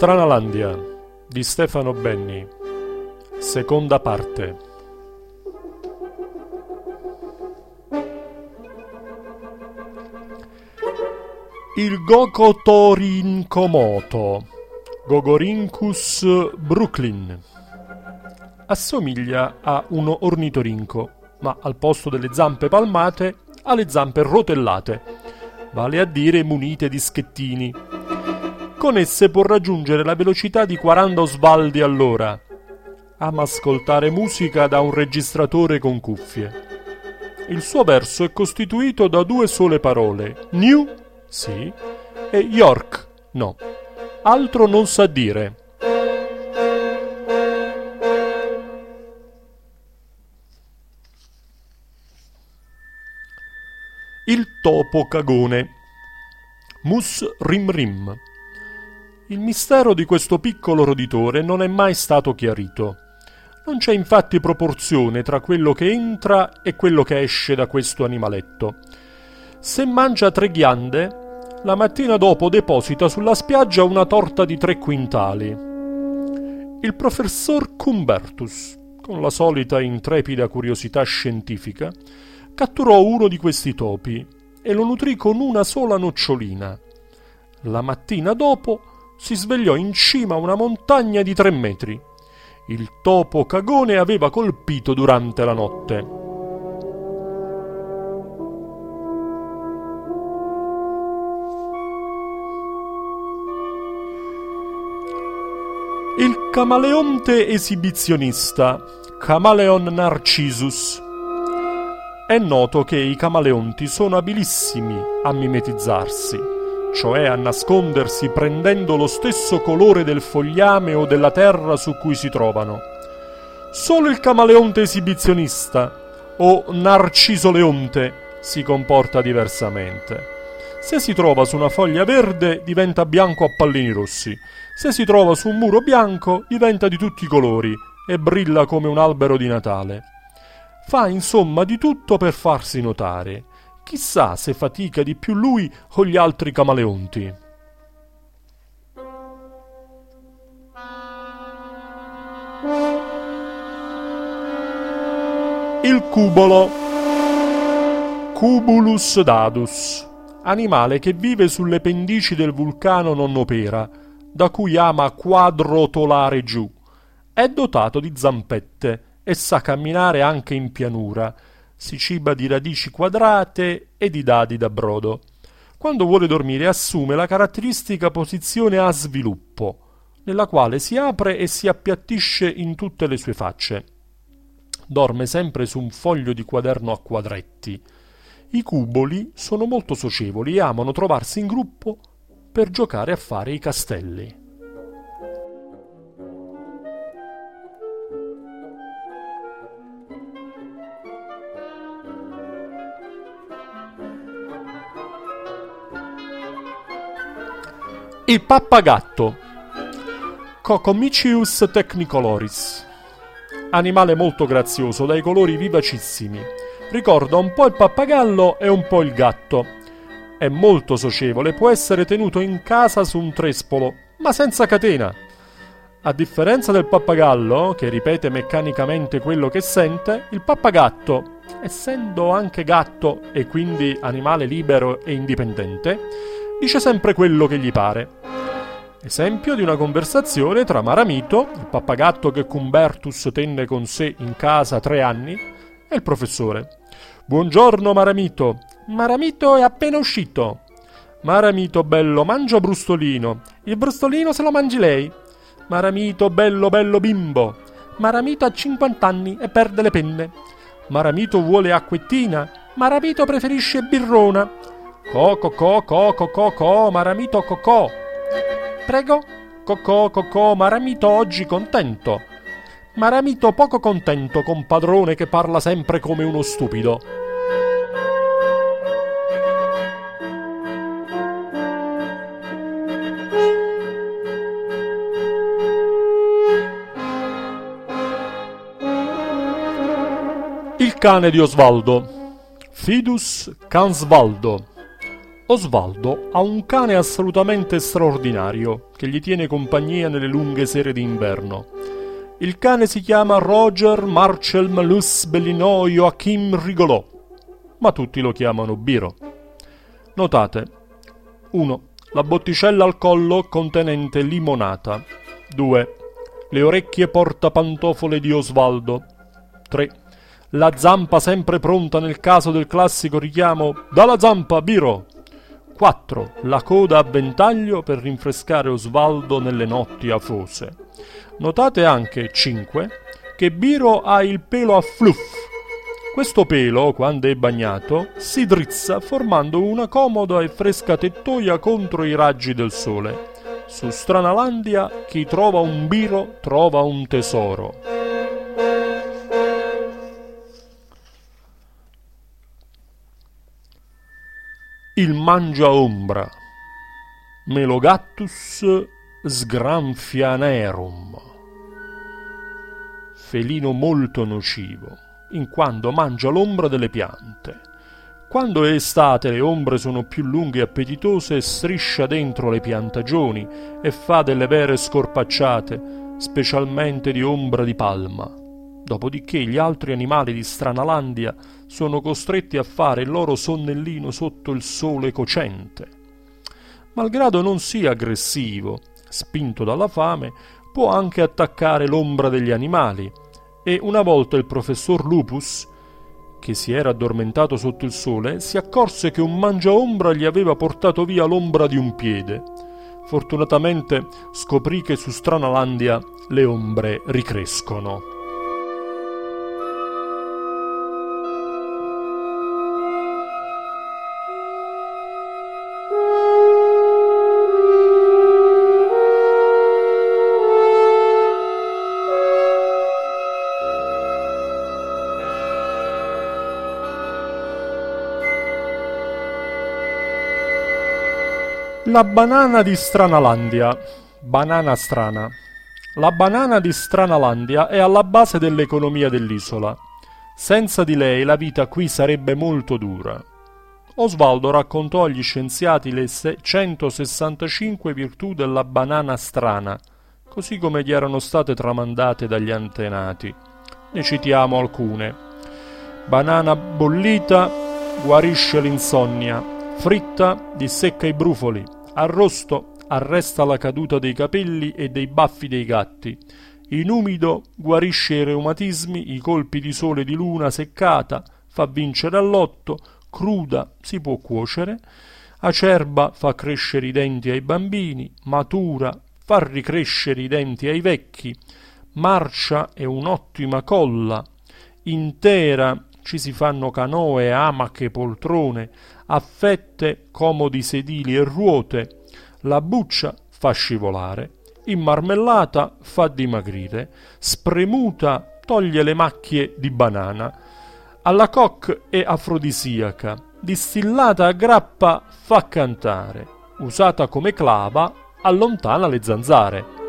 Stranalandia di Stefano Benni, seconda parte. Il Gokotorinkomoto, Gogorhynchus brooklyn, assomiglia a un ornitorinco, ma al posto delle zampe palmate ha le zampe rotellate, vale a dire munite di schettini. Con esse può raggiungere la velocità di 40 osvaldi all'ora. Ama ascoltare musica da un registratore con cuffie. Il suo verso è costituito da 2 sole parole, New, sì, e York, no. Altro non sa dire. Il topo cagone, Mus Rim Rim. Il mistero di questo piccolo roditore non è mai stato chiarito. Non c'è infatti proporzione tra quello che entra e quello che esce da questo animaletto. Se mangia 3 ghiande, la mattina dopo deposita sulla spiaggia una torta di 3 quintali. Il professor Cumbertus, con la solita intrepida curiosità scientifica, catturò uno di questi topi e lo nutrì con una sola nocciolina. La mattina dopo si svegliò in cima a una montagna di 3 metri. Il topo cagone aveva colpito durante la notte. Il camaleonte esibizionista, Chameleon narcissus. È noto che i camaleonti sono abilissimi a mimetizzarsi, cioè a nascondersi prendendo lo stesso colore del fogliame o della terra su cui si trovano. Solo il camaleonte esibizionista, o narcisoleonte, si comporta diversamente. Se si trova su una foglia verde diventa bianco a pallini rossi, se si trova su un muro bianco diventa di tutti i colori e brilla come un albero di Natale. Fa insomma di tutto per farsi notare. Chissà se fatica di più lui o gli altri camaleonti. Il cubolo, Cubulus dadus, animale che vive sulle pendici del vulcano Nonnopera, da cui ama quadrotolare giù. È dotato di zampette e sa camminare anche in pianura. Si ciba di radici quadrate e di dadi da brodo. Quando vuole dormire assume la caratteristica posizione a sviluppo, nella quale si apre e si appiattisce in tutte le sue facce. Dorme sempre su un foglio di quaderno a quadretti. I cuboli sono molto socievoli e amano trovarsi in gruppo per giocare a fare i castelli. Il pappagatto, Cocomycius technicoloris. Animale molto grazioso, dai colori vivacissimi. Ricorda un po' il pappagallo e un po' il gatto. È molto socievole, può essere tenuto in casa su un trespolo, ma senza catena. A differenza del pappagallo, che ripete meccanicamente quello che sente, il pappagatto, essendo anche gatto e quindi animale libero e indipendente, dice sempre quello che gli pare. Esempio di una conversazione tra Maramito, il pappagatto che Cumbertus tenne con sé in casa 3 anni, e il professore. «Buongiorno Maramito». «Maramito è appena uscito». «Maramito bello, mangia brustolino». «Il brustolino se lo mangi lei». «Maramito bello bello bimbo». «Maramito ha 50 anni e perde le penne». «Maramito vuole acquettina». «Maramito preferisce birrona». Co, Maramito cocò. Prego? Cocò, Maramito oggi contento. Maramito poco contento con padrone che parla sempre come uno stupido. Il cane di Osvaldo, Fidus Cansvaldo. Osvaldo ha un cane assolutamente straordinario che gli tiene compagnia nelle lunghe sere d'inverno. Il cane si chiama Roger Marcel Malus Bellino Joachim Rigolò, ma tutti lo chiamano Biro. Notate: 1. La botticella al collo contenente limonata. 2. Le orecchie portapantofole di Osvaldo. 3. La zampa sempre pronta nel caso del classico richiamo «Dalla zampa, Biro!». 4. La coda a ventaglio per rinfrescare Osvaldo nelle notti afose. Notate anche, 5, che Biro ha il pelo a fluff. Questo pelo, quando è bagnato, si drizza formando una comoda e fresca tettoia contro i raggi del sole. Su Stranalandia chi trova un Biro trova un tesoro. Il mangiaombra, Melogattus sgranfianerum, felino molto nocivo, in quanto mangia l'ombra delle piante. Quando è estate le ombre sono più lunghe e appetitose, striscia dentro le piantagioni e fa delle vere scorpacciate, specialmente di ombra di palma. Dopodiché gli altri animali di Stranalandia sono costretti a fare il loro sonnellino sotto il sole cocente. Malgrado non sia aggressivo, spinto dalla fame, può anche attaccare l'ombra degli animali, e una volta il professor Lupus, che si era addormentato sotto il sole, si accorse che un mangiaombra gli aveva portato via l'ombra di un piede. Fortunatamente scoprì che su Stranalandia le ombre ricrescono. La banana di Stranalandia. Banana strana. La banana di Stranalandia è alla base dell'economia dell'isola. Senza di lei la vita qui sarebbe molto dura. Osvaldo raccontò agli scienziati le 165 virtù della banana strana, così come gli erano state tramandate dagli antenati. Ne citiamo alcune. Banana bollita guarisce l'insonnia. Fritta dissecca i brufoli, arrosto arresta la caduta dei capelli e dei baffi dei gatti, in umido guarisce i reumatismi, i colpi di sole di luna seccata, fa vincere all'otto, cruda si può cuocere, acerba fa crescere i denti ai bambini, matura fa ricrescere i denti ai vecchi, marcia è un'ottima colla, intera ci si fanno canoe, amache, poltrone, affette comodi sedili e ruote, la buccia fa scivolare, immarmellata fa dimagrire, spremuta toglie le macchie di banana, alla coque è afrodisiaca, distillata a grappa fa cantare, usata come clava allontana le zanzare.